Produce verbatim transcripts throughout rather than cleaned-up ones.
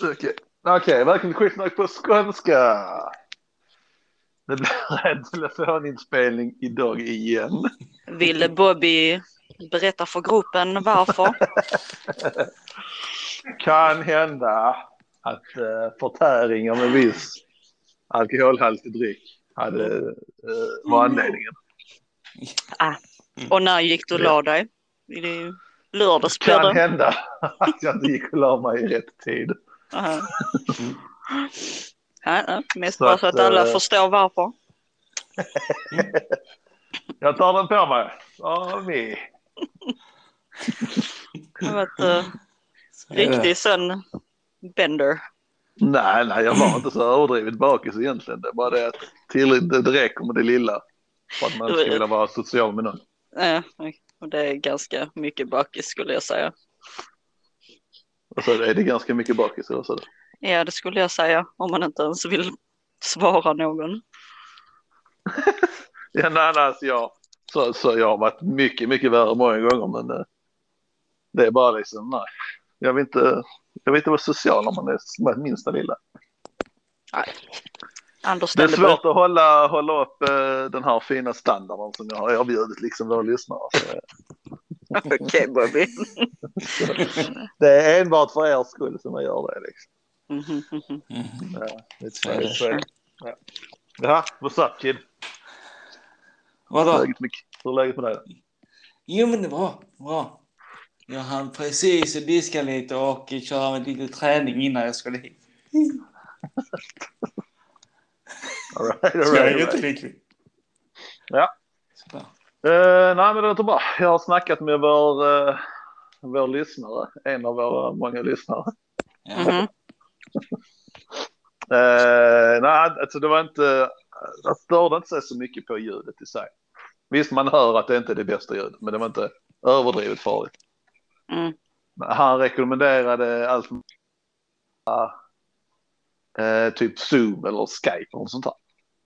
Okej, okay, välkommen till Skitsnack på skånska. Det blir en telefoninspelning idag igen. Ville Bobby berätta för gruppen varför? Kan hända att uh, förtäring av en viss alkoholhaltig dryck hade, uh, var anledningen. Ah. Och när gick du och la dig? I lördags blir Kan det. hända att jag inte gick och la mig i rätt tid. Uh-huh. Ja, ja, mest så bara att, så att alla uh... förstår varför. Jag tar den på mig. Oh, me. Det har varit uh, riktigt sån bender. Nej, nej, jag var inte så överdrivet bakis egentligen. Det är bara det att till, det, det räcker med det lilla. För att man ska vilja vara social med någon. Ja, och det är ganska mycket bakis skulle jag säga. Och så är det ganska mycket bakis. Eller så. Ja, det skulle jag säga. Om man inte ens vill svara någon. Ja, nej, nej, alltså jag, så, så jag har varit mycket, mycket värre många gånger. Men det är bara liksom, nej. Jag vill inte, jag vill inte vara social om man är minsta lilla. Nej. Det är svårt att hålla, hålla upp uh, den här fina standarden som jag har erbjudit liksom våra lyssnare. Okej, okay, Bobby. Det är enbart för er skull som jag gör det liksom. Mm-hmm. Mm-hmm. Ja, det är det. Sure. Ja. Ja, what's up kid? Vadå? Läget med, hur är läget med dig? Jo men det är bra, bra. Jag hann precis att diska lite och köra med lite träning innan jag skulle hit. all right, all right, Så jag är all right. jättelycklig. Ja. Uh, nej men det låter bra. Jag har snackat med vår, uh, vår lyssnare. En av våra många lyssnare. Mm-hmm. uh, nej, alltså det var inte... Jag störde inte sig så mycket på ljudet i sig. Visst, man hör att det inte är det bästa ljudet, men det var inte överdrivet farligt. Mm. Han rekommenderade allt uh, typ Zoom eller Skype och sånt här.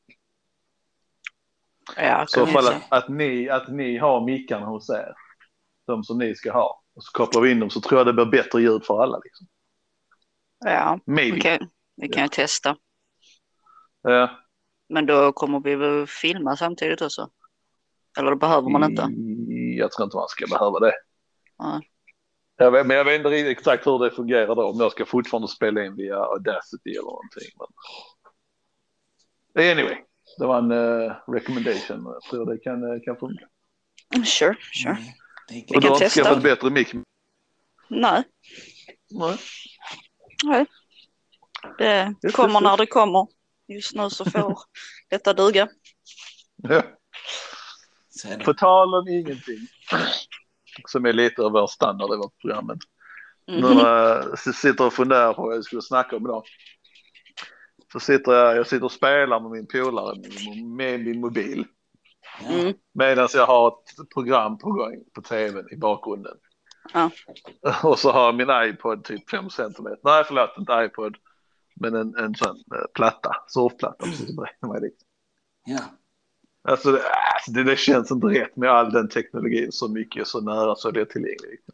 Ja, så fall att, att, ni, att ni har mickarna hos er, de som ni ska ha, och så kopplar vi in dem, så tror jag det blir bättre ljud för alla. Liksom. Ja, maybe. Okay. Vi kan ju ja. testa. Ja. Men då kommer vi väl filma samtidigt också? Eller då behöver man inte? Jag tror inte man ska behöva det. Ja. Jag vet, men jag vet inte riktigt exakt hur det fungerar då. Om jag ska fortfarande spela in via Audacity eller någonting. Men... Anyway, det var en uh, recommendation. Jag tror det kan, uh, kan funka. Sure, sure. Mm. Vi kan du har testa. skaffat bättre mic? Nej. Nej. Nej. Det just kommer just, när det kommer. Just nu så får detta duga. Ja. På tal om ingenting. Som är lite av vår standard i vårt program. Mm. Nu när jag sitter och funderar på vad jag skulle snacka om idag. Så sitter jag, jag sitter och spelar med min polare med min mobil. Mm. Medan jag har ett program på gång på tvn i bakgrunden. Ja. Och så har min iPod typ fem centimeter. Nej, förlåt, inte iPod. Men en, en sån uh, platta, surfplatta. Precis mig ja. Alltså, det, alltså det, det känns inte rätt med all den teknologin så mycket, så nära så det är tillgängligt.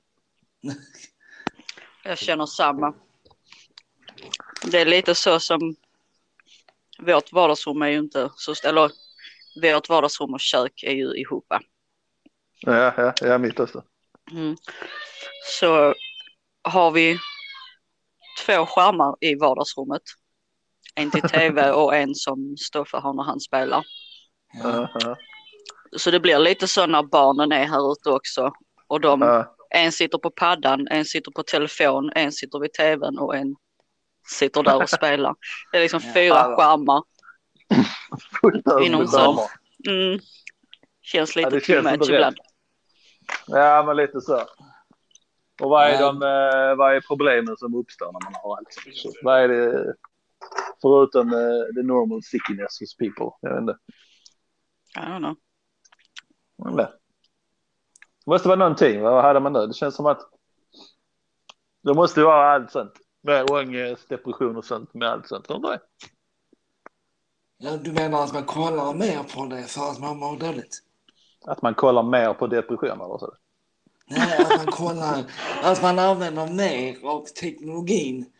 Jag känner samma. Det är lite så som vårt vardagsrum är ju inte så, eller vårt vardagsrum och kök är ju ihop. Ja, ja, ja, mitt också. Mm. Så har vi två skärmar i vardagsrummet. En till tv och en som står för honom när han spelar. Ja. Uh-huh. Så det blir lite så när barnen är här ute också. Och de, uh. en sitter på paddan, en sitter på telefon, en sitter vid tvn och en sitter där och spelar. Det är liksom ja. fyra uh. skärmar. Inom så. Mm, känns lite ja, tillmätt ibland. Ja, men lite så. Och vad är, de, vad är problemen som uppstår när man har allt? Så, vad är det förutom uh, the normal sickiness hos people? Jag vet inte. I don't know. Det måste vara någonting. Vad hade man nu? Det känns som att det måste vara allt sånt. Med ångest, depression och sånt. Med allt sånt. Tror du? Ja, du menar att man kollar mer på det för att man mår dåligt? Att man kollar mer på depression eller så? Nej, att man kollar, att man använder mer av teknologin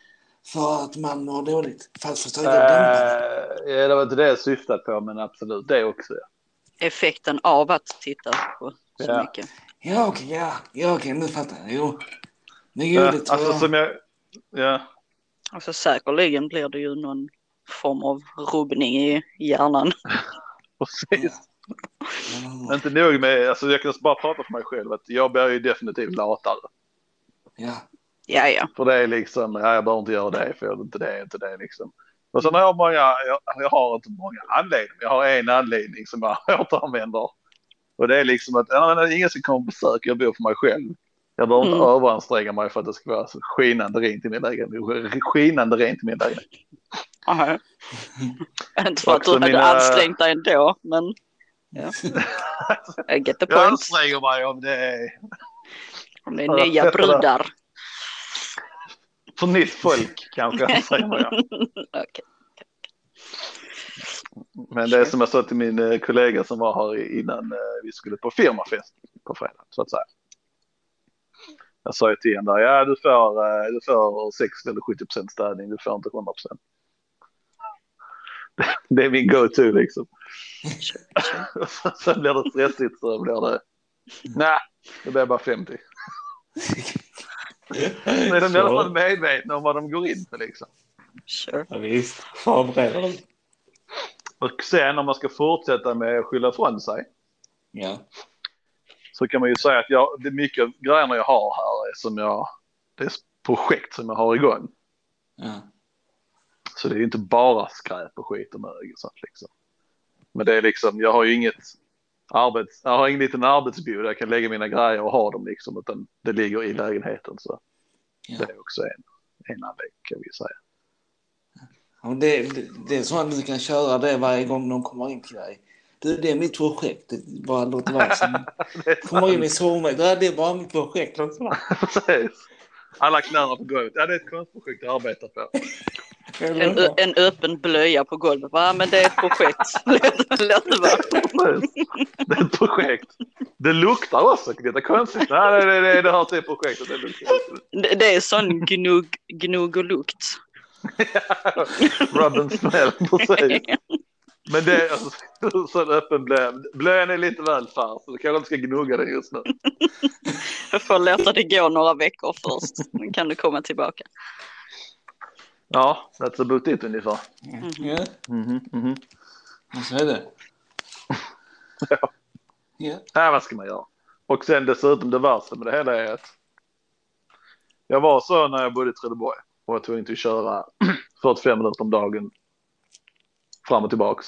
för att man mår dåligt? För att försöka äh, dämpa det? Ja, det var inte det jag syftade på, men absolut, det också. Ja. Effekten av att titta på så Ja. mycket. Ja, okej, okay, ja. Ja, okej, okay, nu fattar jag. Jo. Men Ja, det tror alltså jag. som jag... Ja. Alltså säkerligen blir det ju någon form av rubbning i hjärnan. Precis. Ja. Inte nog med, alltså jag kan bara prata för mig själv att jag blir ju definitivt latare. Ja. Ja, ja. För det är liksom, ja, jag behöver inte göra det för jag inte det, inte det liksom. Och sen har jag många, jag, jag har inte många anledningar, jag har en anledning som jag återanvänder. Och det är liksom att ja, men ingen ska komma på besök, jag bor för mig själv. Jag behöver inte Mm. överanstränga mig för att det ska vara så skinande rent i min lägenhet. Skinande rent i min lägenhet. Aha. Inte för att Också du hade mina- ansträngt dig ändå, men ja. I get the Jag point. anstränger mig om det är Om det är för att nya sätta det. brudar. För nytt folk kanske anstränger mig. Okej. Men det är som jag sa till min eh, kollega som var här innan eh, vi skulle på firmafest på fredag, så att säga. Jag sa ju till henne där, ja du får, eh, du får sextio eller sjuttio procent städning, du får inte hundra procent. Det är min go-to liksom. Sen blir det stressigt så blir det, nej, det blir bara femtio. Men de är i alla fall medvetna om vad de går in på liksom. Sure. Ja, visst. Förbereda dem. Och sen om man ska fortsätta med att skylla från sig Ja. så kan man ju säga att jag, det är mycket grejer jag har här är som jag, det är projekt som jag har igång. Ja. Så det är ju inte bara skräp och skit och mög och sånt liksom. Men det är liksom, jag har ju inget arbets, jag har ingen liten arbetsbod där jag kan lägga mina grejer och ha dem liksom, utan det ligger i lägenheten så Ja. det är också en, en anledning kan vi säga. Och det, det, det är så att du kan köra det varje gång någon kommer in till dig. Du, det är mitt projekt. Det bara låter vara som kommer in i sovrummet. Det är bara mitt projekt. Precis. Alla knäna på golvet. Ja, det är ett konstprojekt jag arbetar på. En, ö- en öppen blöja på golvet. Va? Men det är ett projekt. Låt låt det vara. Det är ett projekt. Det luktar också. Det är konstigt. Nej, det, det, det, det hör till projektet. Det, luktar. Det, det är sån gnugg, gnugg och lukt. Rub and smell, precis. Men det är alltså, så en öppen blöja. Blöjan är lite väl färg så du kanske inte ska gnugga den just nu. Jag får låta det gå några veckor först. Sen kan du komma tillbaka. Ja, that's about it ungefär. Mm. Ja, Mhm, mhm. så är det. Ja. Ja. Ja, vad ska man göra? Och sen dessutom det värsta med det hela är att jag var så när jag bodde i Trelleborg och jag tog inte att köra fyrtiofem minuter om dagen fram och tillbaks.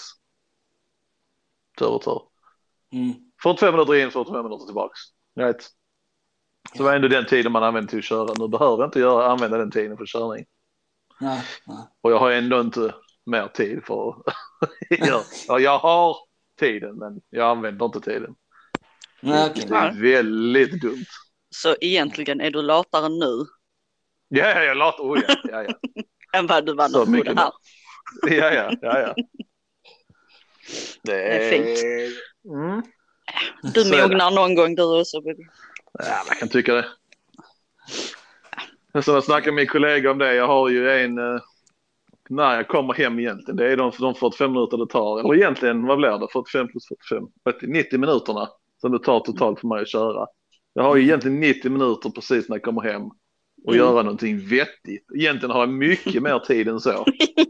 Tur och tur. Mm. fyrtiofem minuter in, fyrtiofem minuter tillbaks. Right. Så var ändå den tiden man använde till att köra. Nu behöver jag inte göra, använda den tiden för körning. Nej, nej. Och jag har ändå inte mer tid för att göra. Ja, jag har tiden men jag använder inte tiden. Nej, okej. Det är väldigt dumt. Så egentligen är du latare nu Ja, ja, jag låter, oh, ja, ja, ja. än vad du var Så när du mycket bodde här. Ja, ja, ja, ja. Det är fint. Mm. Du Så är det. mognar någon gång du också. Ja, man kan tycka det. Så jag snackar med min kollega om det. Jag har ju en, eh, när jag kommer hem egentligen, det är de, de fyrtiofem minuter det tar. Eller egentligen, vad blir det? fyrtiofem plus fyrtiofem. nittio minuterna som det tar totalt för mig att köra. Jag har ju egentligen nittio minuter precis när jag kommer hem och Mm. göra någonting vettigt. Egentligen har jag mycket mer tid än så.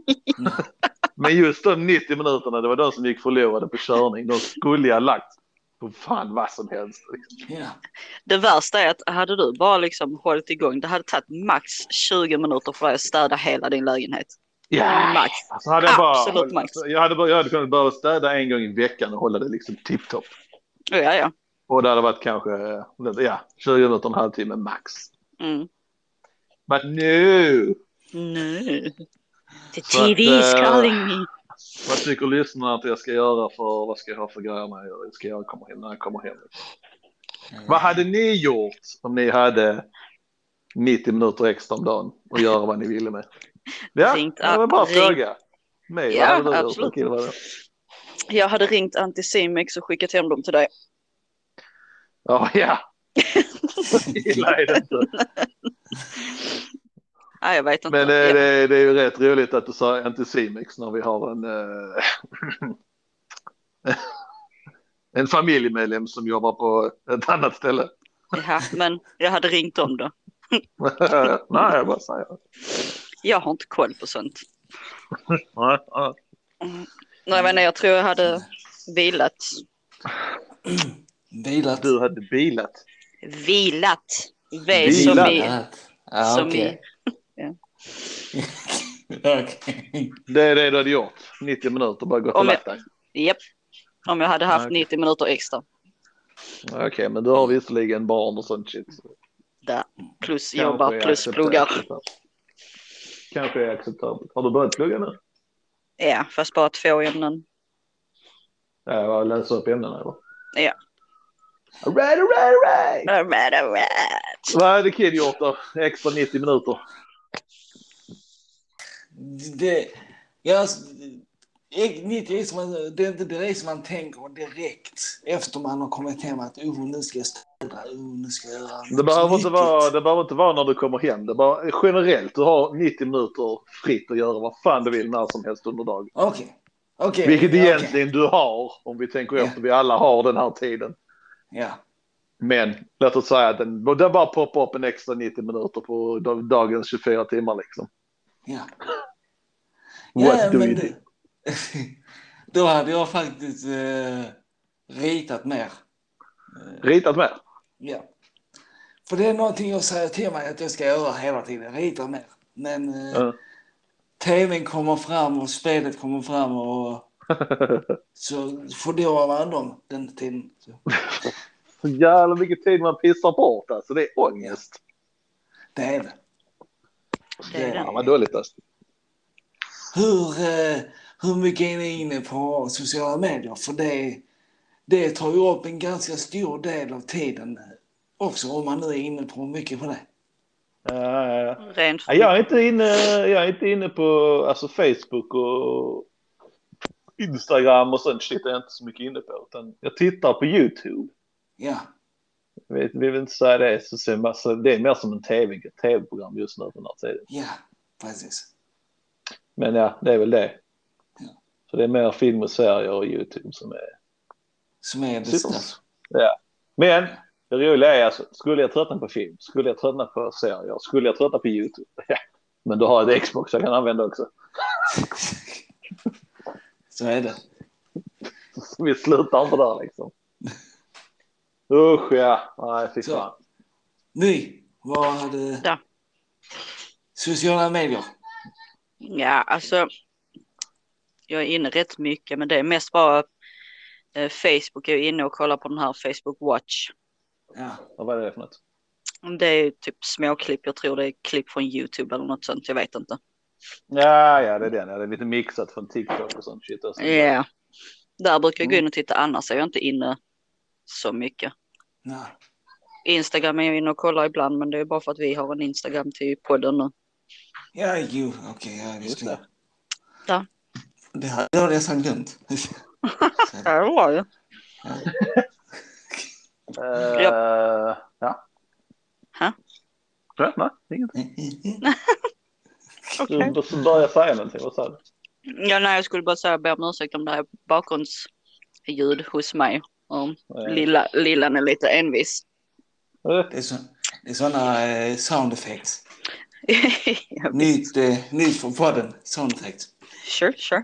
Men just de nittio minuterna, det var de som gick förlorade på körning. De skulle jag lagt på fan vad som helst. Ja. Det värsta är att hade du bara liksom hållit igång, det hade tagit max tjugo minuter för dig att städa hela din lägenhet. Ja, Max. alltså hade jag, bara, Absolut max. jag, hade bara, jag hade kunnat börja städa en gång i veckan och hålla det liksom tipptopp. Ja, ja. Och det hade varit kanske ja, tjugo minuter, en halvtimme max. Mm. But no! Nej. The Så att, T V is eh, calling me. Vad tycker lyssnarna att jag ska göra för, vad ska jag ha för grejer när jag ska jag komma hem, när jag kommer hem? Mm. Vad hade ni gjort om ni hade nittio minuter extra om dagen och göra vad ni ville med? Ja, Ringt- det var bara ring- fråga. Mig, Ja, vad hade du gjort? absolut. Killar, vad hade du? Jag hade ringt Anticimex och skickat hem dem till dig. Ja, ja. Jag gillar det inte. Ja, jag vet inte. Men det, ja. det, det är ju rätt roligt att du sa Anticimex när vi har en uh, en familjemedlem som jobbar på ett annat ställe. Ja, men jag hade ringt om det. Nej, jag bara säger. Jag har inte koll på sånt. Nej, nej. Nej, men jag tror jag hade vilat. Vilat? Du hade bilat? Vilat. V Vilat. som i... Ja, som okej. i ja. Okay. Det är det du hade gjort. nittio minuter, bara gått och lagt dig. Japp. Om jag hade haft Okay. nittio minuter extra. Okej, okay, men du har visserligen barn och sånt shit. Där. Plus Kanske jobbar, plus pluggar. Kanske är acceptabelt. Har du börjat plugga nu? Ja, fast bara två ämnen. Ja, jag läser upp ämnena eller? Ja. Alright, alright, alright. Alright, alright. Vad hade Kid gjort då? Extra nittio minuter? Det, ja, nittio är som man, det är inte det som man tänker direkt efter man har kommit hem att oh, nu ska jag städa, oh, nu ska jag göra det behöver, inte vara, det behöver inte vara när du kommer hem. Det bara generellt, du har nittio minuter fritt att göra vad fan du vill när som helst under dagen. Okej. Okay. Okay. Vilket ja, egentligen okay. du har, om vi tänker yeah. efter. Vi alla har den här tiden. Ja. Men låt oss säga att den, den bara poppar upp en extra nittio minuter på dagens tjugofyra timmar liksom. Ja. What ja, do men you do? Då hade jag faktiskt eh, ritat mer. Ritat mer? Ja. För det är någonting jag säger till mig att jag ska göra hela tiden. Rita mer. Men eh, mm. tvn kommer fram och spelet kommer fram och så förlorar man dem den tiden. Så. Så jävla mycket tid man pissar bort alltså. Det är ångest. Det är det. Det är det. Ja, vad dåligt alltså. Hur, eh, hur mycket är ni inne på sociala medier? För det, det tar ju upp en ganska stor del av tiden också om man nu är inne på mycket på det. Uh, Rent ja, jag är inte inne, jag är inte inne på alltså Facebook och Instagram och sånt shit är jag inte så mycket inne på. Utan jag tittar på YouTube. Ja. Jag vet, vi vill inte säga det. Så ser man, så det är mer som en tv, tv-program just nu på den här tiden. Ja, precis. Men ja, det är väl det. Ja. Så det är mer film och serier och YouTube som är... Som är det största. Ja. Men det roliga är alltså, skulle jag tröttna på film, skulle jag tröttna på serier, skulle jag tröttna på YouTube. Ja. Men då har jag ett Xbox jag kan använda också. Så är det. Så vi slutar inte där liksom. Usch ja, nej fy fan. Ny, vad hade... Ja. Sociala medier? Ja, alltså jag är inne rätt mycket, men det är mest bara eh, Facebook. Jag är inne och kollar på den här Facebook Watch. Ja. Och vad är det för något? Det är typ småklipp, jag tror det är klipp från YouTube eller något sånt, jag vet inte. Ja, ja det är den. Ja, det är lite mixat från TikTok och sånt shit. Ja, yeah. Där brukar jag gå in och titta, annars är jag inte inne så mycket. Nej. Instagram är jag inne och kollar ibland, men det är bara för att vi har en Instagram till podden nu. Ja, jo, okej, okay, ja, just det. Ja. Det hade jag nästan glömt. Ja, det var ju. Uh, ja. Ja. Ha? Ja, nej, inget. Okej. Du så börjar säga någonting, vad sa du? Ja, nej, jag skulle bara säga, be om ursäkt om det här bakgrundsljud hos mig. Och Ja. lilla, lillan är lite envis. Det är, så, det är sådana eh, sound effects. nytt, eh, nytt från podden, sound effects. Sure, sure.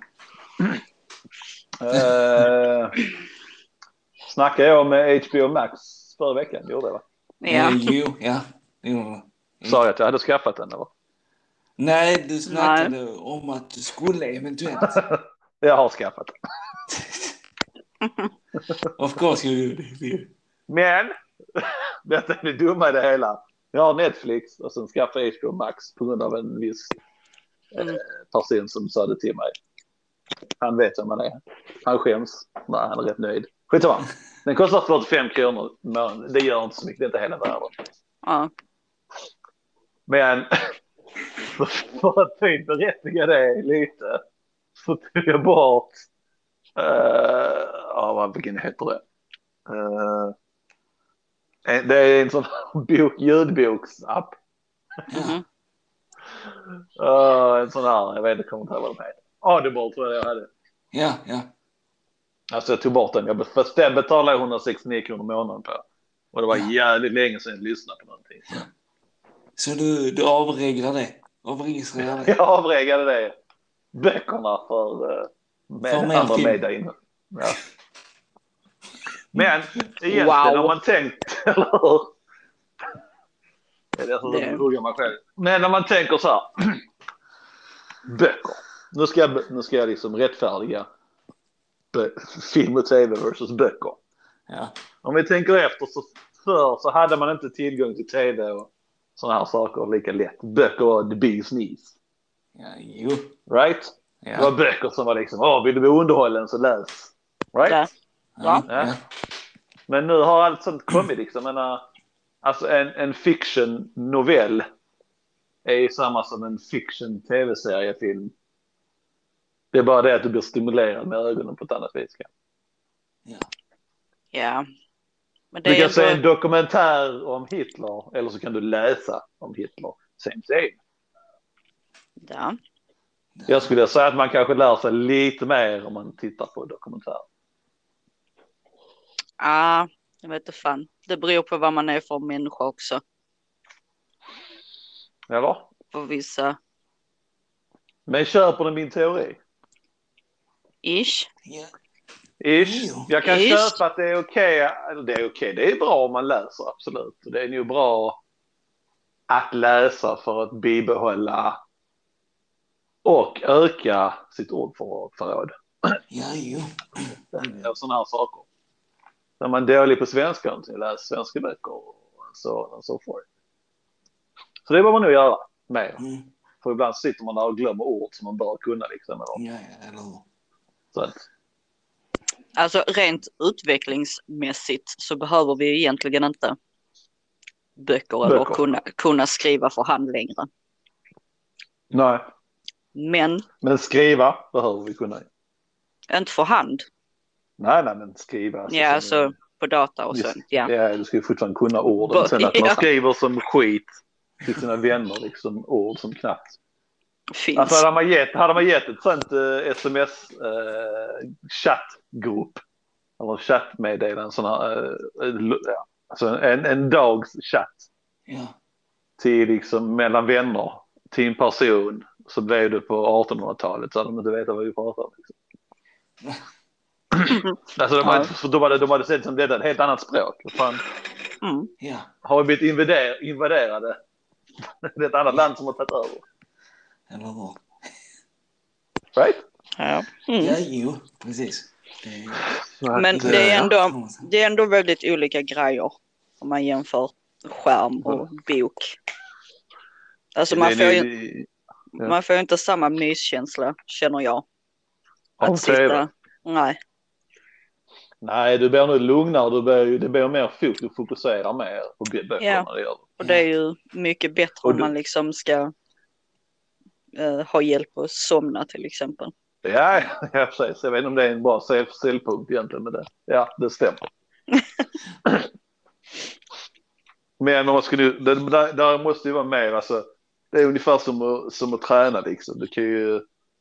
Uh, snackade jag med H B O Max förra veckan, gjorde det va? Ja. Eh, jo, ja. Jo. Sa jag att jag hade skaffat den eller? Nej, du snackade Nej. om att du skulle eventuellt. Jag har skaffat den. Of course you do. Men detta är det dumma i det hela. Jag har Netflix och sen skaffar H B O Max på grund av en viss eh, person som sa det till mig. Han vet vem man är. Han skäms. Nej, han är rätt nöjd. Skitsamma. Den kostar fyrtiofem kronor. Men det gör inte så mycket. Det är inte hela världen. Ja. Men för att typ berättiga det lite så tog jag bort uh, ja, vad vilken heter det? Uh, det är en sån bok, ljudboksapp. Mm-hmm. uh, en sån här, jag vet inte kommentär vad de heter. Audible tror jag jag hade. Ja, ja. Alltså jag tog bort den. Jag först den betalade jag hundrasextionio kronor i månaden på. Och det var ja. jävligt länge sedan jag lyssnade på någonting. Så, så du, du avreglar det? Avregistrerar det? Jag avreglade det. Böckerna för, med för andra media innan. Ja. Men egentligen wow. Har man tänkt, eller hur? Det är det som det huggar man själv. Men när man tänker så här, böcker. Nu ska jag, nu ska jag liksom rättfärdiga film och tv versus böcker. Ja. Om vi tänker efter så förr så hade man inte tillgång till tv och sådana här saker lika lätt. Böcker var the bee's knees. Ja, jo. Right? Ja. Det var böcker som var liksom, åh, vill du bli underhållen så läs. Right? Ja. Ja. Ja. Ja. Men nu har allt sånt kommit liksom. Men, alltså en, en fiction novell är ju samma som en fiction tv-seriefilm. Det är bara det att du blir stimulerad med ögonen på ett annat vis. Ja. Ja. Men det du kan ändå... se en dokumentär om Hitler eller så kan du läsa om Hitler. Same same. Ja. Jag skulle säga att man kanske lär sig lite mer om man tittar på dokumentär. Ja, jag vet inte fan. Det beror på vad man är för människa också. Eller? För vissa. Men köper du min teori? Ish. Ja. Ish. Jag kan Ish. köpa att det är okej. Okay. Det är okej. Okay. Det är bra om man läser, absolut. Det är nog bra att läsa för att bibehålla och öka sitt ordförråd. Ja, jo. Sådana här saker. När man är dålig på svenska så läser svenska böcker och så och så forth. Så det var man nog göra mer. Mm. För ibland sitter man där och glömmer ord som man bör kunna liksom. Eller? Ja, ja, eller hur. Så att. Alltså rent utvecklingsmässigt så behöver vi egentligen inte böcker, böcker. eller kunna, kunna skriva för hand längre. Nej. Men. Men skriva behöver vi kunna. Inte för hand. Nej, nej, men skriva. Alltså, ja, alltså är... på data och sånt. Ja, ja du ska ju fortfarande kunna orden. Sen att man ja. skriver som skit till sina vänner, liksom ord som knappt finns. Alltså hade man gett, hade man gett ett sånt uh, sms-chattgrupp uh, eller chattmeddelande, en sån här, uh, ja, alltså en, en dags chatt ja. till liksom mellan vänner till en person, så blev det på artonhundratalet så hade de inte vetat vad vi pratar om. Liksom. Alltså de hade, ja. de hade, de hade sett som det är ett helt annat språk. Fan. Mm. Ja. Har vi blivit invader, invaderade? Det är ett annat land som har tagit över. Eller vad? Right? Ja. Mm. Ja, jo, precis. Det... Men det är, ändå, det är ändå väldigt olika grejer om man jämför skärm och bok. Alltså man får ju ja. man får inte samma myskänsla, känner jag. Att Om sitta... Nej. Nej, du blir nog lugnare, du blir, det blir mer fokus, du fokuserar mer på böckerna. Ja, det och det är ju mycket bättre och om du... man liksom ska uh, ha hjälp att somna till exempel. Ja, ja, precis. Jag vet inte om det är en bra säljpunkt egentligen med det. Ja, det stämmer. Men man skulle, det, där, där måste ju vara mer, alltså, det är ungefär som att, som att träna liksom. Du kan ju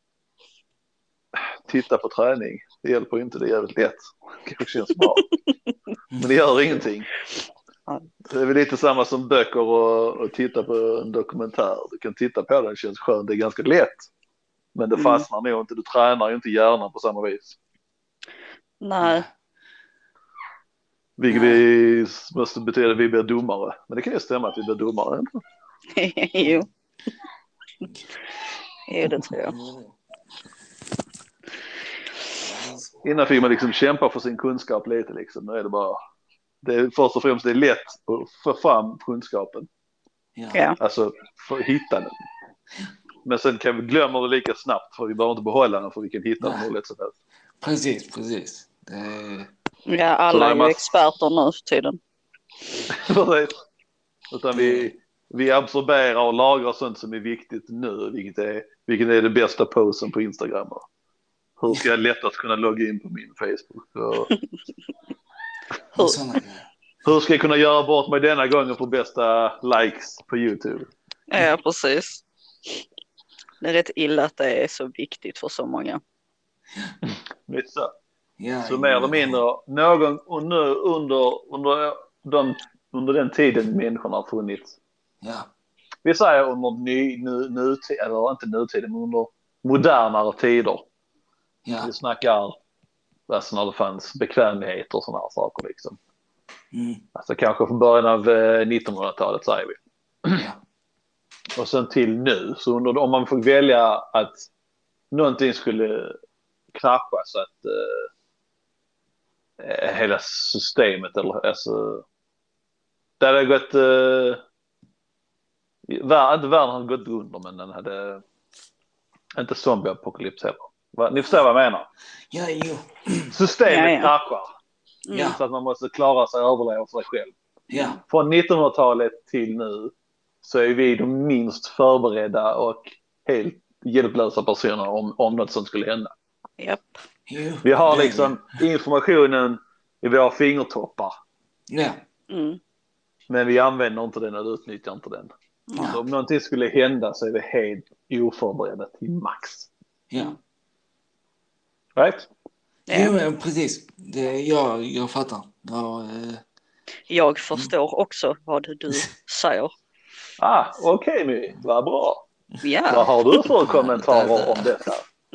titta på träning. Det hjälper inte, det är jävligt lätt. Det kanske känns bra. Men det gör ingenting. Det är väl lite samma som böcker och, och titta på en dokumentär. Du kan titta på den, det känns skönt, det är ganska lätt. Men det fastnar mm. nog inte, du tränar ju inte hjärnan på samma vis. Nej. Vilket vi måste betyda att vi blir dummare. Men det kan ju stämma att vi blir dummare. Inte? Jo. Jo, det tror jag. Innan fick man liksom kämpa för sin kunskap lite liksom. Nu är det bara, det är först och främst det är lätt att få fram kunskapen. Ja. Alltså för att hitta den. Men sen kan vi glömma det lika snabbt för vi behöver inte behålla den för vi kan hitta den hur lätt som helst. Precis, precis. Det... Ja, alla är ju mass... experter nu för tiden. Precis. Utan vi, vi absorberar och lagrar sånt som är viktigt nu, vilket är, vilket är det bästa posten på Instagram. Hur ska jag lättast kunna logga in på min Facebook? Och... hur? Hur ska jag kunna göra bort mig denna gången på bästa likes på YouTube? Ja, precis. Det är rätt illa att det är så viktigt för så många. Lite så. Ja, Så mer eller mindre någon under, under, under, de, under den tiden människorna har funnits. Ja. Vi säger under ny, nu, nutid, eller inte nutid, men under modernare tider. Ja. Vi snackar alltså när det fanns bekvämligheter och sådana här saker liksom. Mm. Alltså kanske från början av nittonhundratalet säger vi. Ja. Och sen till nu, så under, om man får välja att någonting skulle krascha så att eh, hela systemet eller alltså det hade gått eh, vär, inte världen hade gått under, men den hade inte zombie-apokalyps heller. Va? Ni förstår vad jag menar? Ja, jo. Systemet ja, ja. kraschar. Ja. Så att man måste klara sig och överleva för sig själv. Ja. Från nittonhundratalet till nu så är vi de minst förberedda och helt hjälplösa personer om, om något som skulle hända. Japp. Jo. Vi har liksom informationen i våra fingertoppar. Ja. Mm. Men vi använder inte den eller utnyttjar inte den. Ja. Så om någonting skulle hända så är vi helt oförberedda till max. Ja. Right? Jo, men precis. Det, jag, jag fattar. Jag, eh... Jag förstår också vad du säger. Ah, okej okay, My. Vad bra. Ja. Vad har du för kommentarer om detta?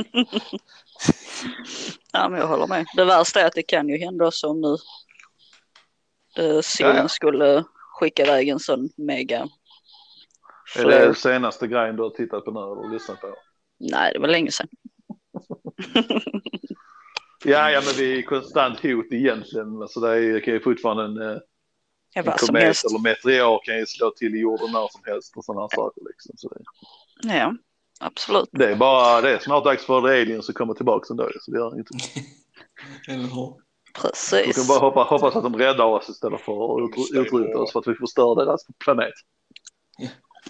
Ja, men jag håller med. Det värsta är att det kan ju hända också om nu eh, solen ja, ja. skulle skicka iväg en sån mega flare. Är det senaste grejen du har tittat på nu och lyssnat på? Nej, det var länge sedan. ja, ja, men vi är konstant hot egentligen. Alltså det är, kan ju fortfarande en, en ja, komet eller meteor kan ju slå till i jorden när som helst och sådana saker liksom. Så det... Ja, absolut. Det är bara, det är snart dags för aliens att komma tillbaka ändå, så det gör inte. Precis. Vi kan bara hoppas, hoppas att de räddar oss istället för att ut, utrota oss för att vi förstör deras planet. Ja.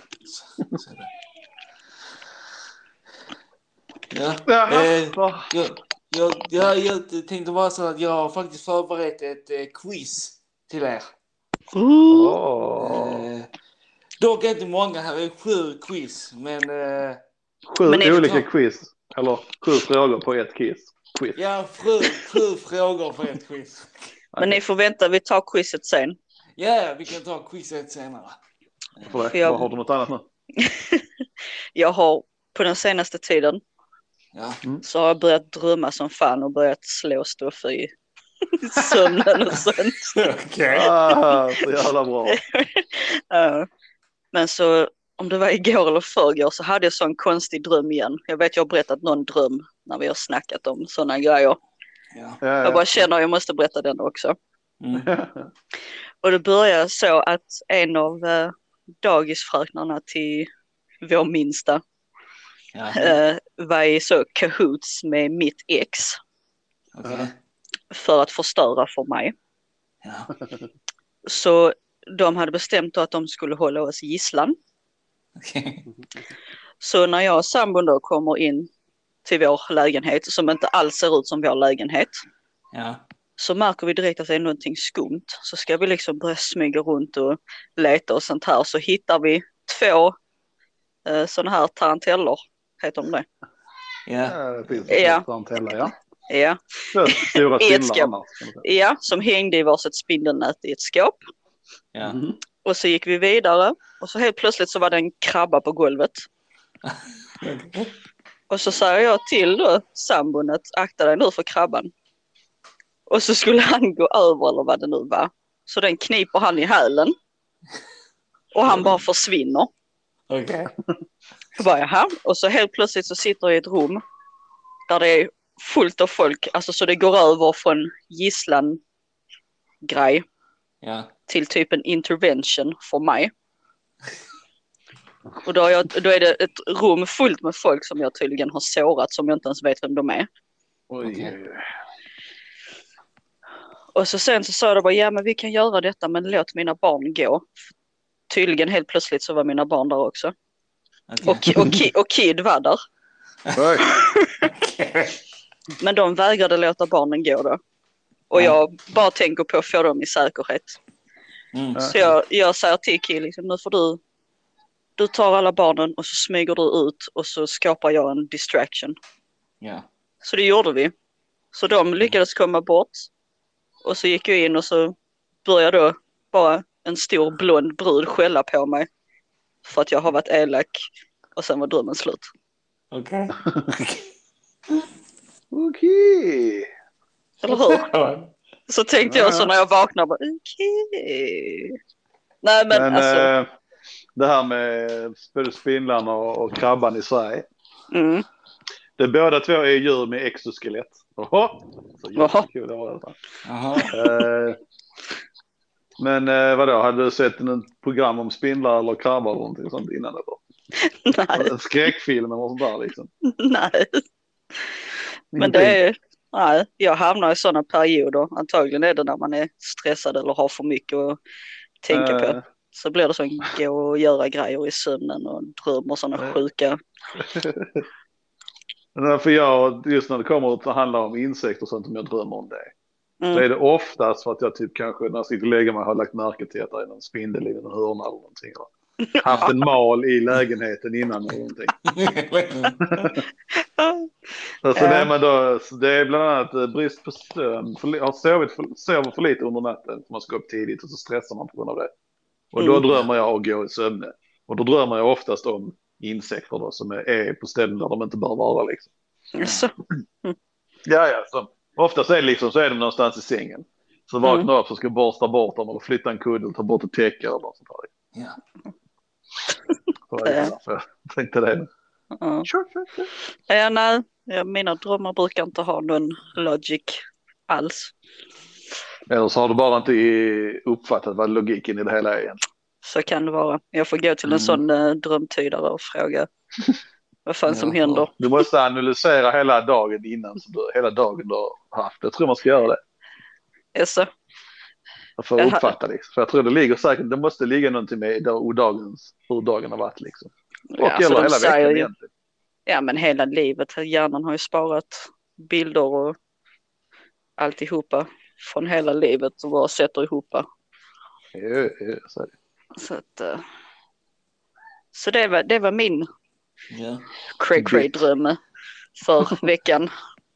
Ja. Ja. Eh, jag, jag, jag, jag tänkte bara så att jag har faktiskt förberett ett eh, quiz till er. Oh. Eh, dock inte många här, är sju quiz, men... Eh, sju men olika ta... quiz, eller sju frågor på ett quiz. quiz. Ja, sju, sju frågor på ett quiz. Men okay. Ni får vänta, vi tar quizet sen. Ja, vi kan ta quizet senare. För för jag... Har du något annat nu? Jag har på den senaste tiden ja. mm. så har jag börjat drömma som fan och börjat slå Stoffe i sömnen och sånt. Okej. Ah, så jävla bra. uh, men så om det var igår eller förrgår så hade jag sån konstig dröm igen. Jag vet jag har berättat någon dröm när vi har snackat om sådana grejer. Ja. Ja, ja. Jag bara känner att jag måste berätta den också. Mm. Och det börjar så att en av uh, dagisfröknarna till vår minsta ja. uh, var i så cahoots med mitt ex. Okay. För att förstöra för mig. Ja. Så de hade bestämt att de skulle hålla oss gisslan. Okay. Så när jag och sambon då kommer in till vår lägenhet som inte alls ser ut som vår lägenhet. Ja. Så märker vi direkt att det är någonting skumt. Så ska vi liksom börja smyga runt och leta och sånt här. Så hittar vi två eh, sådana här taranteller. Heter de det? Ja, det finns ja. taranteller, ja. Ja. Stora I ett skåp. Ja, som hängde i varsitt spindelnät i ett skåp. Ja. Mm. Och så gick vi vidare. Och så helt plötsligt så var det en krabba på golvet. Och så sa jag till då sambon att akta dig nu för krabban. Och så skulle han gå över eller vad det nu var. Så den kniper han i hälen. Och han bara försvinner. Okej. Okay. Och så helt plötsligt så sitter jag i ett rum. Där det är fullt av folk. Alltså så det går över från gisslan grej. Ja. Till typ en intervention för mig. Och då är, jag, då är det ett rum fullt med folk som jag tydligen har sårat som jag inte ens vet vem de är. Oj, okay. oj, oj. Och så sen så sa jag bara, ja men vi kan göra detta men låt mina barn gå. Tydligen helt plötsligt så var mina barn där också. Okay. Och, och, ki, och Kid var där. Okay. Men de vägrade låta barnen gå då. Och jag bara tänker på att få dem i säkerhet. Mm. Så jag, jag säger till Kid liksom, nu får du du tar alla barnen och så smyger du ut och så skapar jag en distraction. Ja. Så det gjorde vi. Så de lyckades komma bort. Och så gick jag in och så började då bara en stor blond brud skälla på mig. För att jag har varit elak. Och sen var drömmen slut. Okej. Okej. Eller hur? Så tänkte jag så när jag vaknade. Okej. Okay. Nej men, men alltså. Eh, det här med både spindlarna och, och krabban i Sverige. Mm. Det båda två är djur med exoskelett. Oho. Så jättekul det var det. Eh, men eh, vadå, hade du sett en program om spindlar eller krabbar eller någonting sånt innan eller? Nej. En skräckfilm eller sånt där liksom? Nej. Men det är, nej, jag hamnar i sådana perioder. Antagligen är det när man är stressad eller har för mycket att tänka på. Uh, Så blir det så att gå och göra grejer i sömnen och drömmer sådana uh. sjuka. För jag, just när det kommer att handla om insekter och sånt som jag drömmer om det. Mm. Så är det oftast för att jag typ kanske när jag sitter och lägger mig har lagt märke till att det är någon spindel i en hörna eller någonting. Haft en mal i lägenheten innan eller någonting. Alltså det, är man då, det är bland annat brist på sömn. För, har sovit för, sover för lite under natten. Man ska upp tidigt och så stressar man på grund av det. Och då mm. drömmer jag och går i sömne. Och då drömmer jag oftast om insekter då, som är, är på ställen där de inte bör vara liksom. Yes. Mm. Ja, ja. Så, oftast är det liksom så är de någonstans i sängen. Så vaknar mm. upp så ska jag borsta bort dem eller flytta en kudde och ta bort ett täcke eller något sånt där. Ja. Så det är därför jag tänkte det. Uh. Sure, sure, sure. Ja, nej, mina drömmar brukar inte ha någon logic alls. Eller så har du bara inte uppfattat vad logiken i det hela är igen. Så kan det vara. Jag får gå till en mm. sån uh, drömtydare och fråga vad fan som ja, händer. Du måste analysera hela dagen innan, så du, hela dagen du har haft. Jag tror man ska göra det. Jaså? För att uppfatta det. För jag tror det ligger säkert, det måste ligga någonting med dagens, hur dagen har varit liksom. Och ja, eller hela veckan ju, egentligen. Ja, men hela livet. Hjärnan har ju sparat bilder och alltihopa från hela livet och bara sätter ihop. Ja, ja, så är det. Så att, uh, så det var, det var min yeah. cray-cray-dröm för veckan.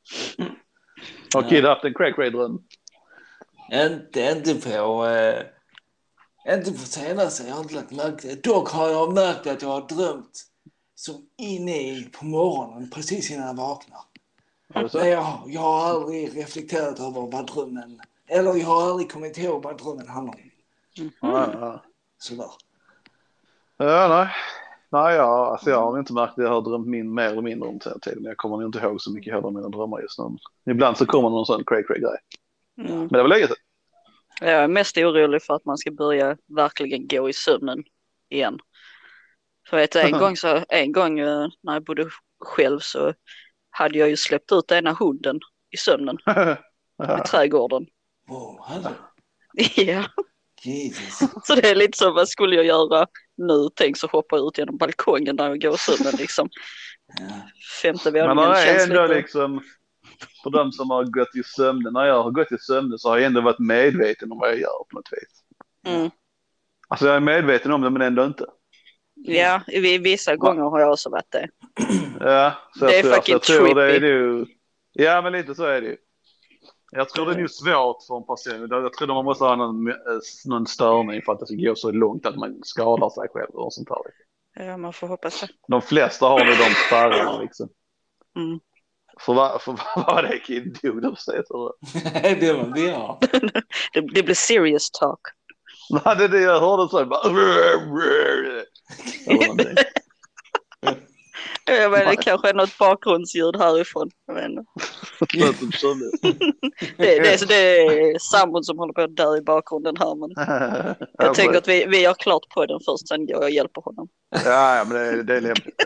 Har Kid haft en cray-cray-dröm? Inte, inte på äh, inte på senaste, jag har inte lagt märke. Dock har jag märkt att jag har drömt som inne i på morgonen precis innan jag vaknar. Men jag, jag har aldrig reflekterat över vad drömmen, eller jag har aldrig kommit ihåg vad drömmen handlar om. Mm. Ja, ja. Sådär. Ja, nej. Nej, ja, alltså jag har inte märkt det. Jag har drömt min, mer eller mindre om tiden. Men jag kommer inte ihåg så mycket heller av mina drömmar just nu. Ibland så kommer någon sån cray-cray-grej. Mm. Men det var länge sedan. Jag är mest orolig för att man ska börja verkligen gå i sömnen igen. För vet du, en gång, så, en gång när jag bodde själv så hade jag ju släppt ut ena hunden i sömnen i trädgården. Wow, hade Ja. Jesus. Så det är lite så, vad skulle jag göra nu? Tänk så hoppa ut genom balkongen när jag går i sömnen liksom. Ja. Femte våningen. Men det är ändå lite... liksom, för de som har gått i sömnen, när jag har gått i sömnen så har jag ändå varit medveten om vad jag gör på något vis. Mm. Alltså jag är medveten om det men ändå inte. Ja, i vissa gånger har jag också varit det. Ja, så det jag är tror, fucking jag tror trippy. det är ju. Ja, men lite så är det ju. Jag tror det är ju svårt för en person. Jag tror man måste ha någon, någon störning för att det ska gå så långt att man skadar sig själv och sånt här. Ja, man får hoppas det. De flesta har nu de spärrarna liksom. Mm. För vad för vad var det Kid dog de säger så? Det var det ja. det, det blir serious talk. Nej, det är det jag hörde så bara. Jag menar, det kanske är något bakgrundsljud härifrån. Jag menar. det, det, är, så det är sambon som håller på att dö i bakgrunden här. Men jag tänker att vi, vi gör klart på den först, sen går jag och hjälper honom. Ja, ja men det, det är lämpligt.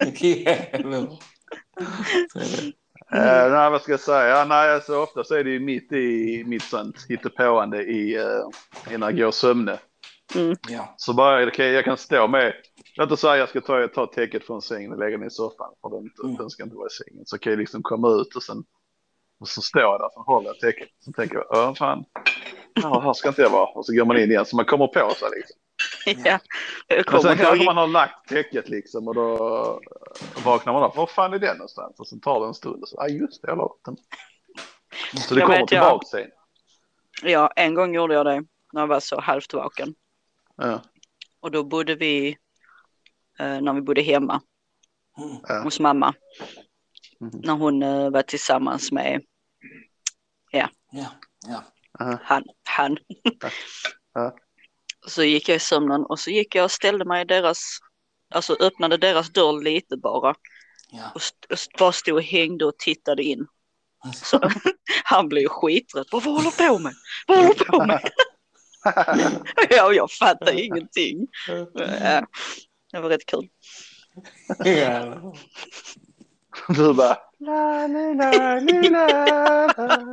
Uh, nej, vad ska jag säga? Nej, alltså, ofta så är det ju mitt i mitt sånt hittepåande i uh, innan jag går sömne. Mm. Ja. Så bara, okay, jag kan stå med, låt oss säga jag ska ta, ta täcket från sängen och lägga den i soffan, för den, mm. den ska inte vara i sängen. Så kan jag liksom komma ut och sen och så står jag där och håller jag täcket. Så tänker jag, åh fan, ja, här ska inte jag vara. Och så går man in igen, så man kommer på sig liksom. Ja, jag Men sen kommer kanske ihåg. man har lagt täcket liksom och då vaknar man upp. Vad fan är den någonstans? Och så tar det en stund och så, ah just det, jag la upp den. Så det Jag kommer vet, tillbaka sen. Ja, en gång gjorde jag det när jag var så halvt vaken. Ja. Och då bodde vi, eh, när vi bodde hemma Ja. hos mamma. Mm. När hon eh, var tillsammans med, ja, Ja, ja. Aha. han. han. Ja. Så gick jag i sömnen och så gick jag och ställde mig i deras, alltså öppnade deras dörr lite bara. Ja. Och, st- och st- bara stod och hängde och tittade in. Så han blev skiträdd. Vad håller du på med? Vad håller du på med? Ja, jag fattar ingenting. Ja, det var rätt kul. Ja. Du bara la, la, la, la, la.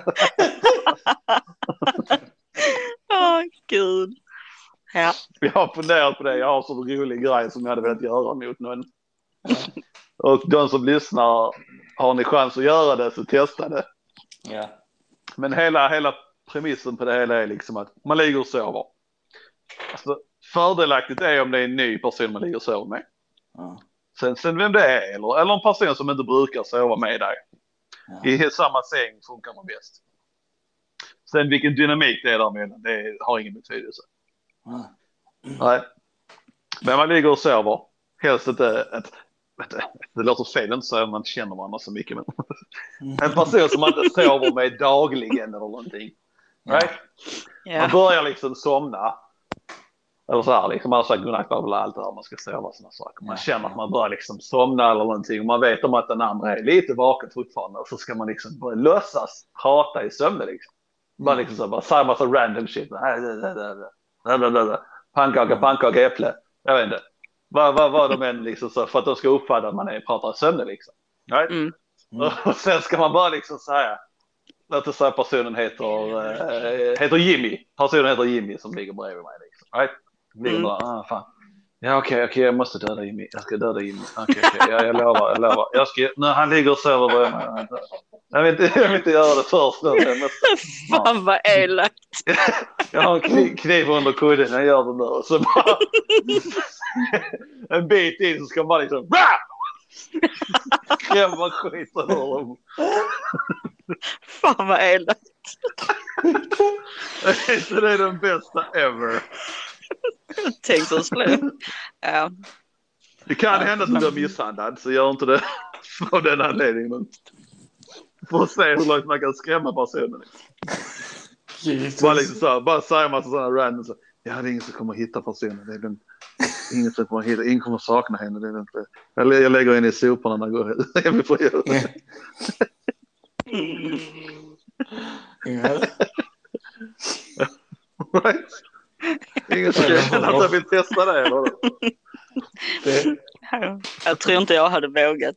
Åh, gud. Ja. Jag har funderat på det. Jag har så rolig grej som jag hade velat göra mot någon. Och de som lyssnar, har ni chans att göra det så testa det. Ja. Men hela, hela premissen på det hela är liksom att man ligger och sover. Alltså, fördelaktigt är om det är en ny person man ligger och sover med. Ja. Sen, sen vem det är, eller, eller en person som inte brukar sova med dig. Ja. I samma säng funkar man bäst. Sen vilken dynamik det är där med, det har ingen betydelse. Ja. Nej. Men man ligger och sover. Helst inte ett, vet du, det låter fel inte så att man känner varandra så mycket. Men en person som man inte sover med dagligen eller någonting. Right? Ja. Man börjar liksom somna. Eller så här, liksom man har sagt godnatt och allt det här, man ska sova och sådana saker. Man känner att man börjar liksom somna eller någonting. Och man vet om att den andra är lite vaken fortfarande. Och så ska man liksom börja låtsas prata i sömnen liksom. Bara liksom så, bara säga massa random shit. Pannkaka, pannkaka, äpple. Jag vet inte. Vad, vad, vad de än liksom så, för att de ska uppfatta att man är, pratar i sömnen liksom. Right? Mm. Mm. Och sen ska man bara liksom säga. Låt oss säga personen heter, äh, heter Jimmy. Personen heter Jimmy som ligger bredvid mig liksom. Right? Ligger Mm. bara, ah fan. Ja okej, okay, okej, okay, jag måste döda Jimmy. Jag ska döda Jimmy. Okej, okay, okej, okay. jag, jag lovar, jag lovar. Jag ska, när han ligger och sover bredvid mig. Jag vill inte, jag vill inte göra det först nu. Jag måste, Fan vad elakt. jag har en kniv, kniv under kudden, jag gör det nu. Och så bara en bit in så ska man bara liksom skrämma skiten ur dem. Fan vad elakt. Är inte det den bästa ever? Tänk så slut. Ja. Det kan hända att du blir misshandlad, så gör inte det av den anledningen. För att se hur långt man kan skrämma personen. Jesus. Bara liksom så här, bara säga en massa sådana random så. Ja, det är ingen som kommer hitta personen. Det är den, ingen som kommer hitta, ingen kommer sakna henne. Det är den, jag, jag lägger in i soporna när jag går hem på jul. Ja. Right? Ingen som känner att jag vill testa det, eller? Det. Jag tror inte jag hade vågat.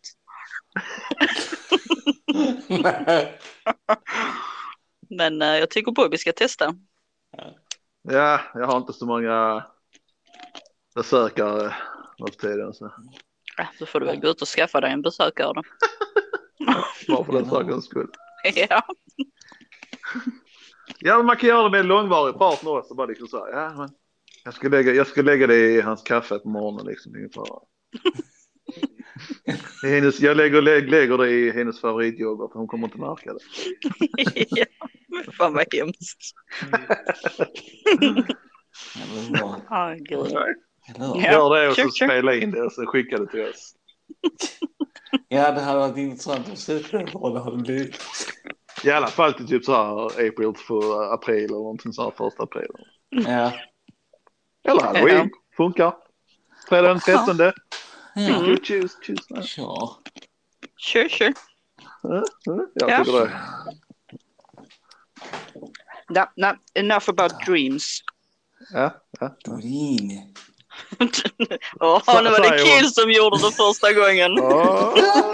Men uh, jag tycker på att vi ska testa. Ja, jag har inte så många besökare av tiden. Så. Ja, så får du väl gå ut och skaffa dig en besökare då. Bara för den sakens skull. Ja. Ja, men man kan göra det med en långvarig partner också. Bara liksom så här, ja, men jag ska lägga, jag ska lägga det i hans kaffe på morgonen liksom. Ungefär. Hennes, jag lägger, lägger, lägger det i hennes favorityoghurt. Hon kommer inte märka det. Ja, fan vad hemskt. Åh, gud. Ja. Gör det och så Sure, sure. spela in det och så skicka det till oss. Ja, det hade varit intressant att se vad det hade blivit. I alla fall till typ så här April för april eller någonting så här första april. Ja. Eller Halloween. Funkar. Fredag den trettonde. Ja. You choose, choose now. Sure. Sure, sure. Ja, ja, jag Ja. tycker det. No, no, enough about dreams. Ja, ja. Dream. Åh, Så- nu var det säger Kill hon. som gjorde det första gången. Åh.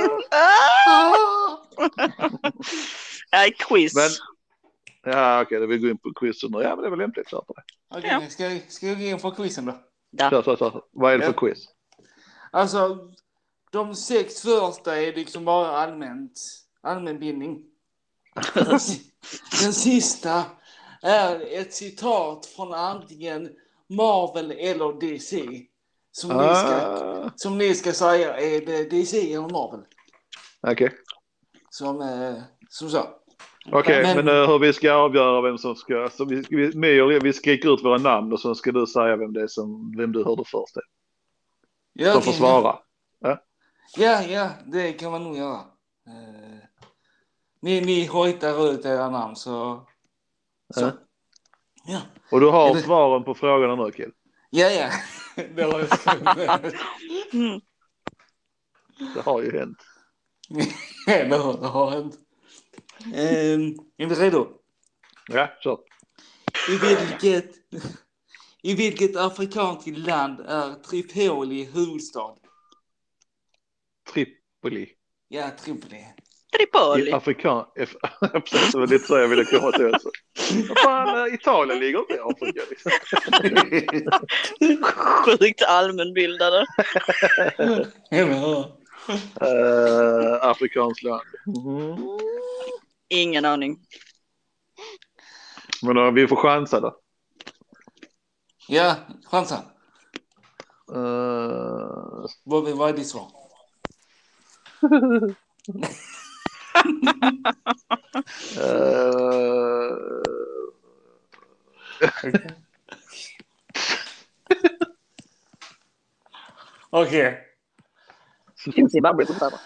Nej, quiz. Men, ja, okej, då vill vi gå in på quizen nu. Ja, men det är väl lämpligt. Så på det. Okej, Ja. ska, ska jag gå in för quizen då? Där. Så, så, så. Vad är det för Ja. quiz? Alltså, de sex första är liksom bara allmänt, allmänbildning. Den sista är ett citat från antingen Marvel eller D C. Som, ah. ni, ska, som ni ska säga är det D C eller Marvel. Okej. Okay. Som, eh, som så. Okej, okay, men, men uh, hur vi ska avgöra vem som ska... Så vi, vi, vi, vi skriker ut våra namn och så ska du säga vem det är som... Vem du hörde först. Ja, som okay, får svara. Ja. ja, ja, det kan man nog göra. Uh, ni, ni hojtar ut era namn så... så. Uh. Ja. Och du har det... svaren på frågorna nu, Kill? Ja, ja. Det har jag. mm. Det har ju hänt. det, har, det har hänt. Um, är vi redo? Ja, så. I vilket, I vilket afrikanskt land är Tripoli huvudstad? Tripoli. Ja, Tripoli. Tripoli. I Afrikan... Precis, det var lite så jag ville komma till. Alltså. Vad fan, Italien ligger inte i Afrika. Liksom. Sjukt allmänbildade. uh, Afrikanskt land. Mm. Ingen aning. Men då, vi får chansa då. Ja, chansa. Uh... Vad, vad är ditt svar? uh... Okej. Okay. Zimbabwe som där.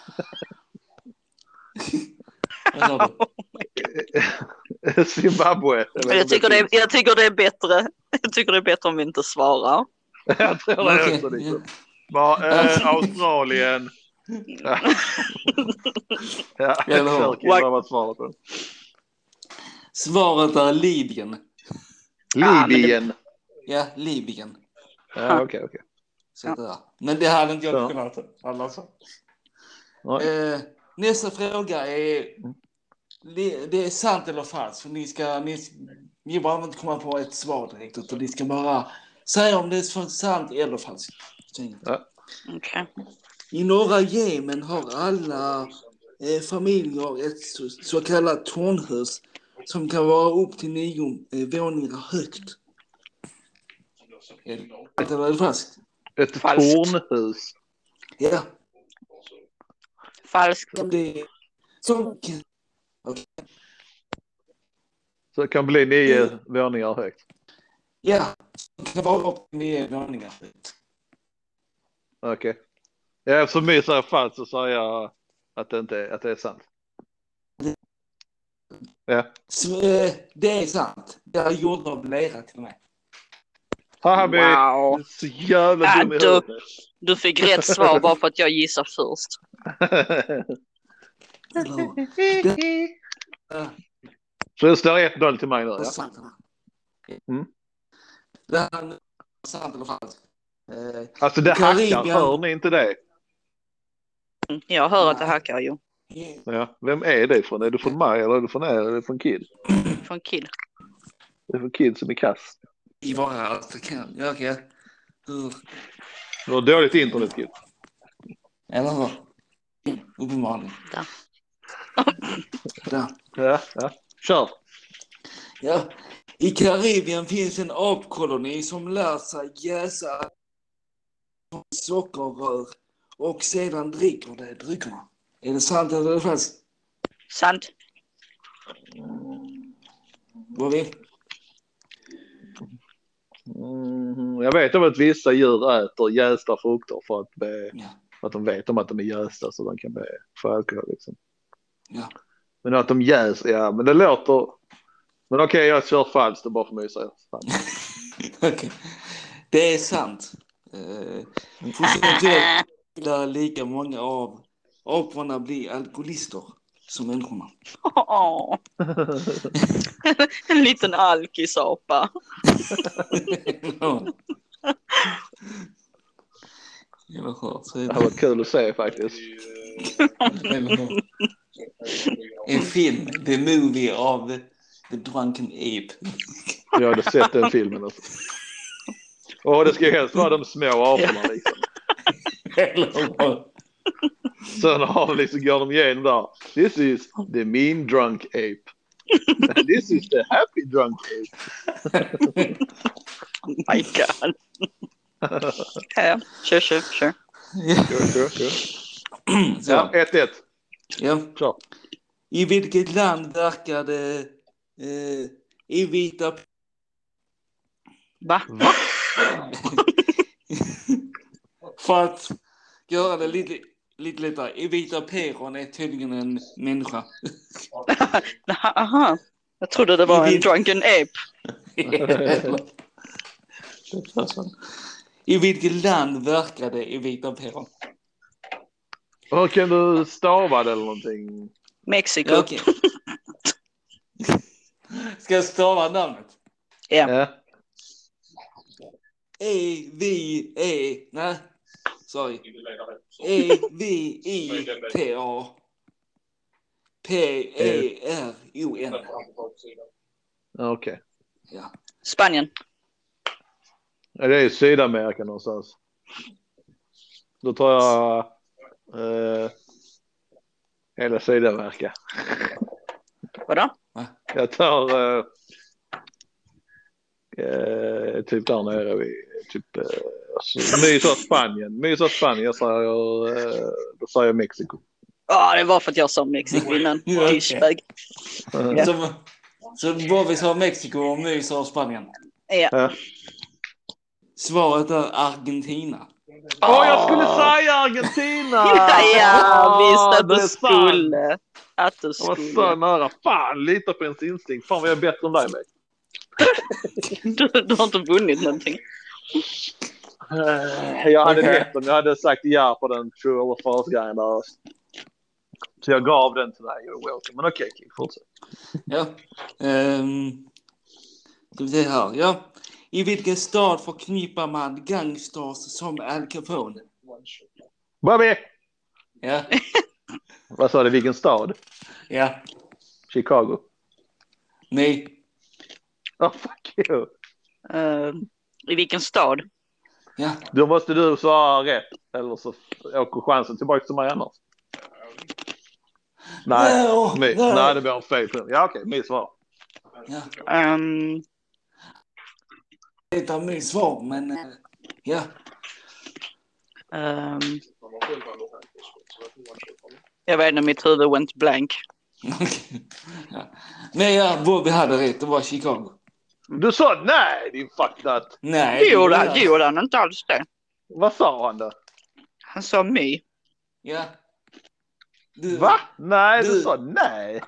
Zimbabwe. Jag tycker, det är, jag tycker det är bättre. Jag tycker det är bättre om vi inte svarar. Jag tror det är också liksom. Bara, äh, Australien. Ja. Ja, vad var svaret på? Svaret är Libyen. Libyen? Ja, Libyen. Ja, okej, okej. Ja. Men det hade inte jag kunnat. Alltså. Eh, nästa fråga är det är sant eller falskt, för ni ska ni, ni bara inte komma på ett svar direkt, utan ni ska bara säga om det är sant eller falskt. Ja. Okay. I norra Jemen har alla eh, familjer ett så, så kallat tornhus som kan vara upp till nio eh, våningar högt. Det var det falskt. Ett tornhus? Ja. Falskt. Det som okay. Så det kan bli nio mm. våningar högt. Ja, det kan vara upp till nio våningar högt. Okej. Okay. Ja, eftersom mig säger falskt så säger jag att det inte är, att det är sant. Ja. Så, eh, det är sant. Det har gjort av lera till mig. Hahabi, wow. Så jävla ah, dum i du, du fick rätt svar bara för att jag gissar först. Så det står ett noll till mig nu, ja? Mm. Det är sant eller falskt. Eh, alltså det Karibien... hackar, hör ni inte det? Jag hör att det hackar, jo. Ja, vem är det från? Är du från mig eller är du från er eller är du från Kid? Från Kid. Det är från Kid som är kass. I bara allt kan. Ja, okej. Hur? Du har dåligt internet, Kid. Eller vad? Uppenbarligen. Där. Där. Ja, ja. Kör. Ja. I Karibien finns en apkoloni som lär sig jäsa sockerrör och sedan dricker det dryckerna. Är det sant eller är det falskt? Sant. Vad vill? Mm, jag vet om att vissa djur äter jästa frukter för att, be, ja. för att de vet om att de är jästa så de kan be, få alkohol liksom. Ja. Men att de jäser, ja men det låter. Men okej, okay, jag kör falskt och bara för mig att säga sant. Okay. Det är sant. Uh, Procentuellt lika många av aporna blir alkoholister som människorna. Oh. En liten alkisapa. Ja. Det var kul att se faktiskt. En film, The Movie of the, the Drunken Ape. Jag hade sett den filmen alltså. Och det ska ju helst vara de små aporna liksom. Sen har liksom, går de igenom där. This is the mean drunk ape. This is the happy drunk ape. my god. Ja, kör, kör, kör. Kör, kör, kör. Ja, ett ett. Ja. Kör. I vilket land verkade eh, i vita... Va? Va? För att göra det lite, lite lättare. I vita peron är tydligen en människa. Aha. Jag trodde det var I en drunken ape. I vilket land verkade i vita peron? Och kan du stava det eller någonting? Mexiko. Ja, okay. Ska jag stava namnet? Ja. Ja. E, V, E, nej, sorry. E, V, I, T, A. P, E, R, O, N. Okej. Okay. Ja. Spanien. Ja, det är Sydamerika någonstans. Då tar jag eh, hela Sydamerika. Vadå? Jag tar eh, eh, typ där nere vid typ eh, alltså, mysa Spanien. Mysa Spanien, jag säger, eh, då säger jag Mexiko. Ja, oh, det var för att jag sa Mexiko innan. Douchebag. Ja. Så, så Bobby sa Mexiko och My sa Spanien. Ja. Ja. Svaret är Argentina. Åh, oh, jag skulle säga Argentina! Ja, visst att det du är skulle. Att du Jag var skulle. så nära. Fan, lita på ens instinkt. Fan vad jag är bättre än dig, mig. du, du har inte vunnit någonting. Jag hade Okay. rätt om jag hade sagt ja på den true or false-grejen där. Så jag gav den till dig. You're welcome. Men okej, okay, fortsätt. Ja. Um, ska vi se här. Ja. I vilken stad förknippar man gangsters som Al Capone? Bobby! Ja. Vad sa du? Vilken stad? Ja. Chicago. Nej. Oh, fuck you. Uh, I vilken stad? Ja. Då måste du svara rätt. Eller så åker chansen tillbaka till mig annars. Nej, no, my, no. nej det blir en fel. Ja, okej, okay, mitt svar. Ja. Um, Det är mitt svar, men uh, ja. um, jag vet inte, mitt huvud went blank. Ja. Men ja, Bobby hade rätt. Det var Chicago. Du sa nej, din fuck that. Nej, det gjorde han, det gjorde han inte alls det. Vad sa han då? Han sa my. Ja. Du, Va? Nej, du, du sa nej.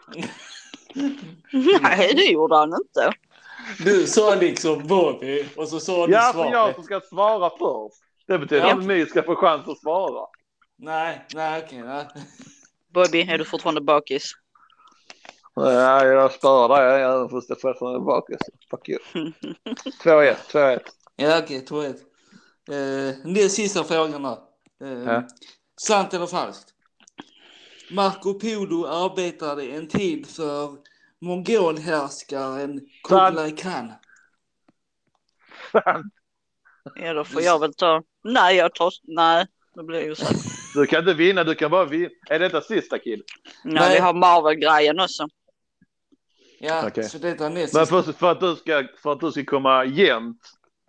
Nej, det gjorde han inte. Du sa liksom Bobby och så sa du ja, svaret. för jag som ska svara först. Det betyder ja. att ni ska få chans att svara. Nej, nej, okej. Okay, Bobby, är du fortfarande bakis? Ja, jag sparar dig. Jag får stå fortfarande bakis. Fuck you. två ett, två ett. Ja, okej, två ett. Eh, det är sista frågan då. Eh, ja. Sant eller falskt? Marco Polo arbetade en tid för mongolhärskaren Kublai Khan. Sant. Ja, då får jag väl ta... Nej, jag tar... Nej, det blir ju så. Du kan inte vinna, du kan bara vinna. Är detta sista kill? Nej, Nej. Vi har Marvel-grejen också. Ja, okay. Så detta är näst Men för, för, att du ska, för att du ska komma jämnt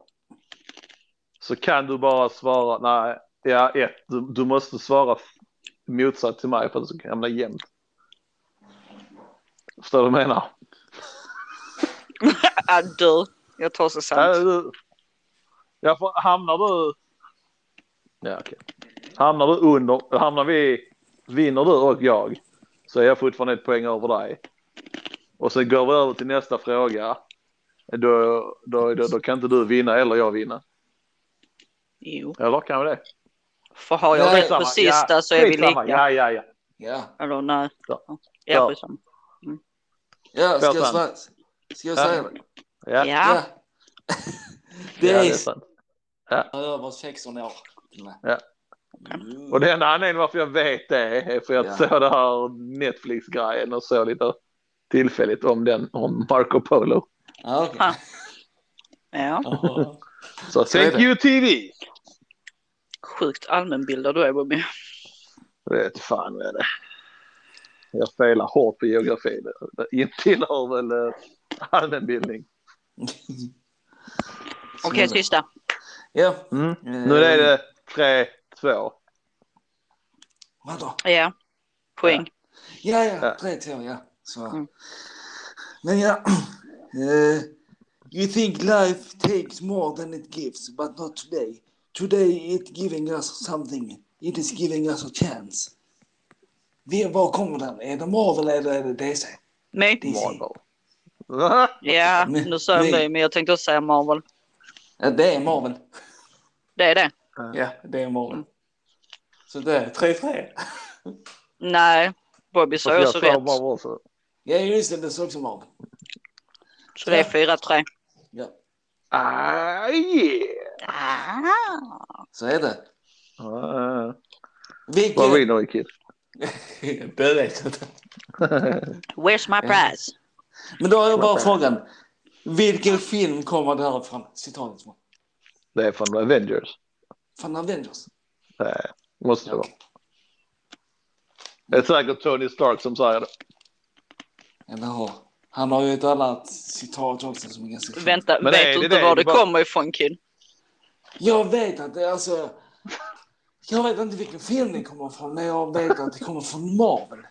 så kan du bara svara nej, ja, ett. Du, du måste svara motsatt till mig för att du ska hamna jämnt. Förstår du vad jag menar? Ja, du. Jag tar så sant. Ja, du, ja, för hamnar du... Ja, okej. Okay. Hamnar du under... Hamnar vi... Vinner du och jag så är jag fortfarande ett poäng över dig. Och sen går vi över till nästa fråga. Då, då, då, då kan inte du vinna eller jag vinna. Jo. Eller kan vi det? För har jag rätt på sista ja, så är vi lika. Ja, ja, ja. Ja. Eller nej. Ja, ja. Skitsamma. Mm. Ja, ska jag, svara, ska jag säga det? Ja. Ja. ja. Det är, ja, det är sant. Ja. Över sexton år. Ja. Mm. Och den anledningen varför jag vet det är för att jag ja. såg det här Netflix-grejen och så lite tillfälligt om den, om Marco Polo. Ah, okay. Ja. Så thank you T V. Sjukt allmänbildad du är, Bobby. Jag vet fan vad det är. Jag felar hårt på geografi. Det tillhör väl allmänbildning. Okej, tysta. Ja. Mm. Nu är det tre två. Vadå? Ja, poäng. Ja, ja, tre två, ja. Så. Mm. Men ja, uh, you think life takes more than it gives, but not today. Today it giving us something. It is giving us a chance. Vi, var kommer den? Är det Marvel eller är det D C? Nej. D C. Marvel. Ja, nu sa jag det, men jag tänkte också säga Marvel. Ja, det är Marvel. Det är det? Ja, det är Marvel. Mm. Så det är tre tre. Nej, Bobby sa ju så rätt. Ja, just det, det sa också Marvel. Så det är fyra tre. Ja. Ah, yeah. Ah. Så är det. Ah. Vilket... Vad vinner i kid? Det vet jag inte. Where's my prize? Men då har jag bara frågan. Vilken film kommer det här från? Citatet från? Det är från Avengers. Från Avengers? Nej, måste det okay. vara. Det är säkert Tony Stark som säger det. Eller hur? Han har ju ett annat citat också som är ganska fint. Vänta, men vet du inte det, var det bara... kommer ifrån, kid? Jag vet att det är alltså... Jag vet inte vilken film det kommer från, men jag vet att det kommer från Marvel.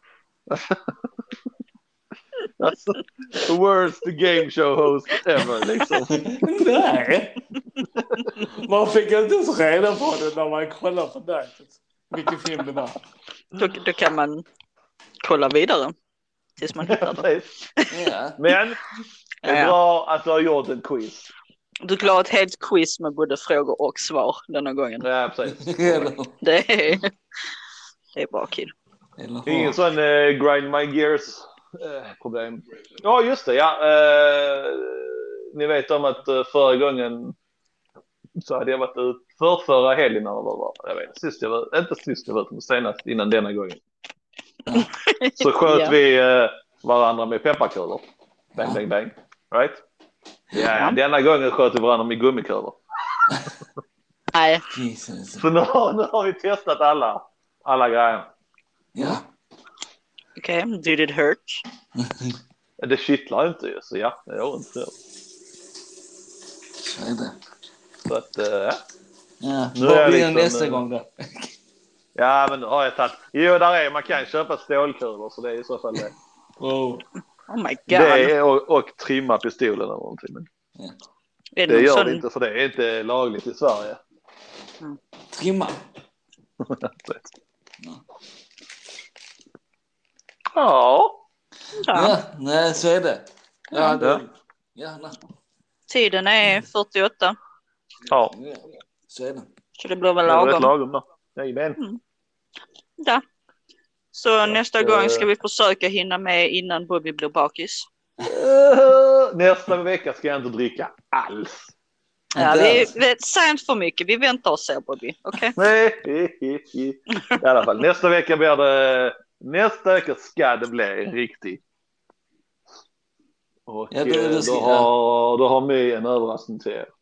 Alltså, the worst game show host ever, liksom. Nej. Man fick inte ens reda på det när man kollar på nätet. Vilken film det var. Då, då kan man kolla vidare tills man hittar det. Ja. Men det är bra att du har gjort en quiz. Du klarar ett helt quiz med både frågor och svar denna gången. Ja, precis. Det är, det är bra, kid. Ingen sån uh, grind my gears uh, problem. Ja, just det. Ja. Uh, ni vet om att uh, förra gången så hade jag varit ut för förra helgen eller vad var. Jag vet, sist jag var, inte sist jag var, men senast innan denna gången. Så sköt ja. vi uh, varandra med pepparkulor. Bang, bang, bang. Right? Ja, ja. Denna gången sköt vi varandra med gummikulor. Nej. Så nu, nu har vi testat alla, alla grejer. Ja. Okej, okay. Did it hurt? Det kittlar inte ju, så ja, det gör inte. Så är det. Så att, uh, ja. Ja, nu vad blir liksom, nästa uh, gång då? Ja, men har jag tagit. Jo, där är, man kan köpa stålkulor, så det är i så fall det. Oh. Oh my god. Det är och, och trimma pistolen eller någonting. Men ja. Det, det gör sån... det inte, för det är inte lagligt i Sverige. Mm. Trimma? Ja. Ja. Ja, nej, så är det. Ja, det... ja. ja nej. Tiden är fyrtioåtta. Ja. Så är det. Så det blir väl lagom. Det är lagom då. Jajamän. Mm. Ja. Så och, nästa gång ska vi försöka hinna med innan Bobby blir bakis. Uh, nästa vecka ska jag inte dricka alls. Ja, vi, vi säger inte för mycket. Vi väntar och ser, Bobby. Okej? Okay? I alla fall, nästa vecka blir det... Nästa vecka ska det bli riktigt. Och ja, då, då, ska, då, har, då har vi en överraskning till er.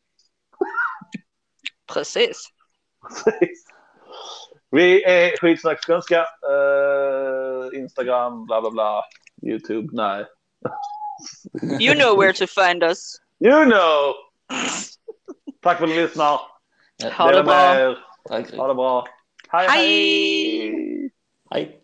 Precis. Precis. Vi är Skitsnack Skånska. Uh, Instagram, bla bla bla. YouTube, nej. You know where to find us. You know! Tack för att du lyssnar. Ha det bra. Ha det bra. Hej, hej. Hej.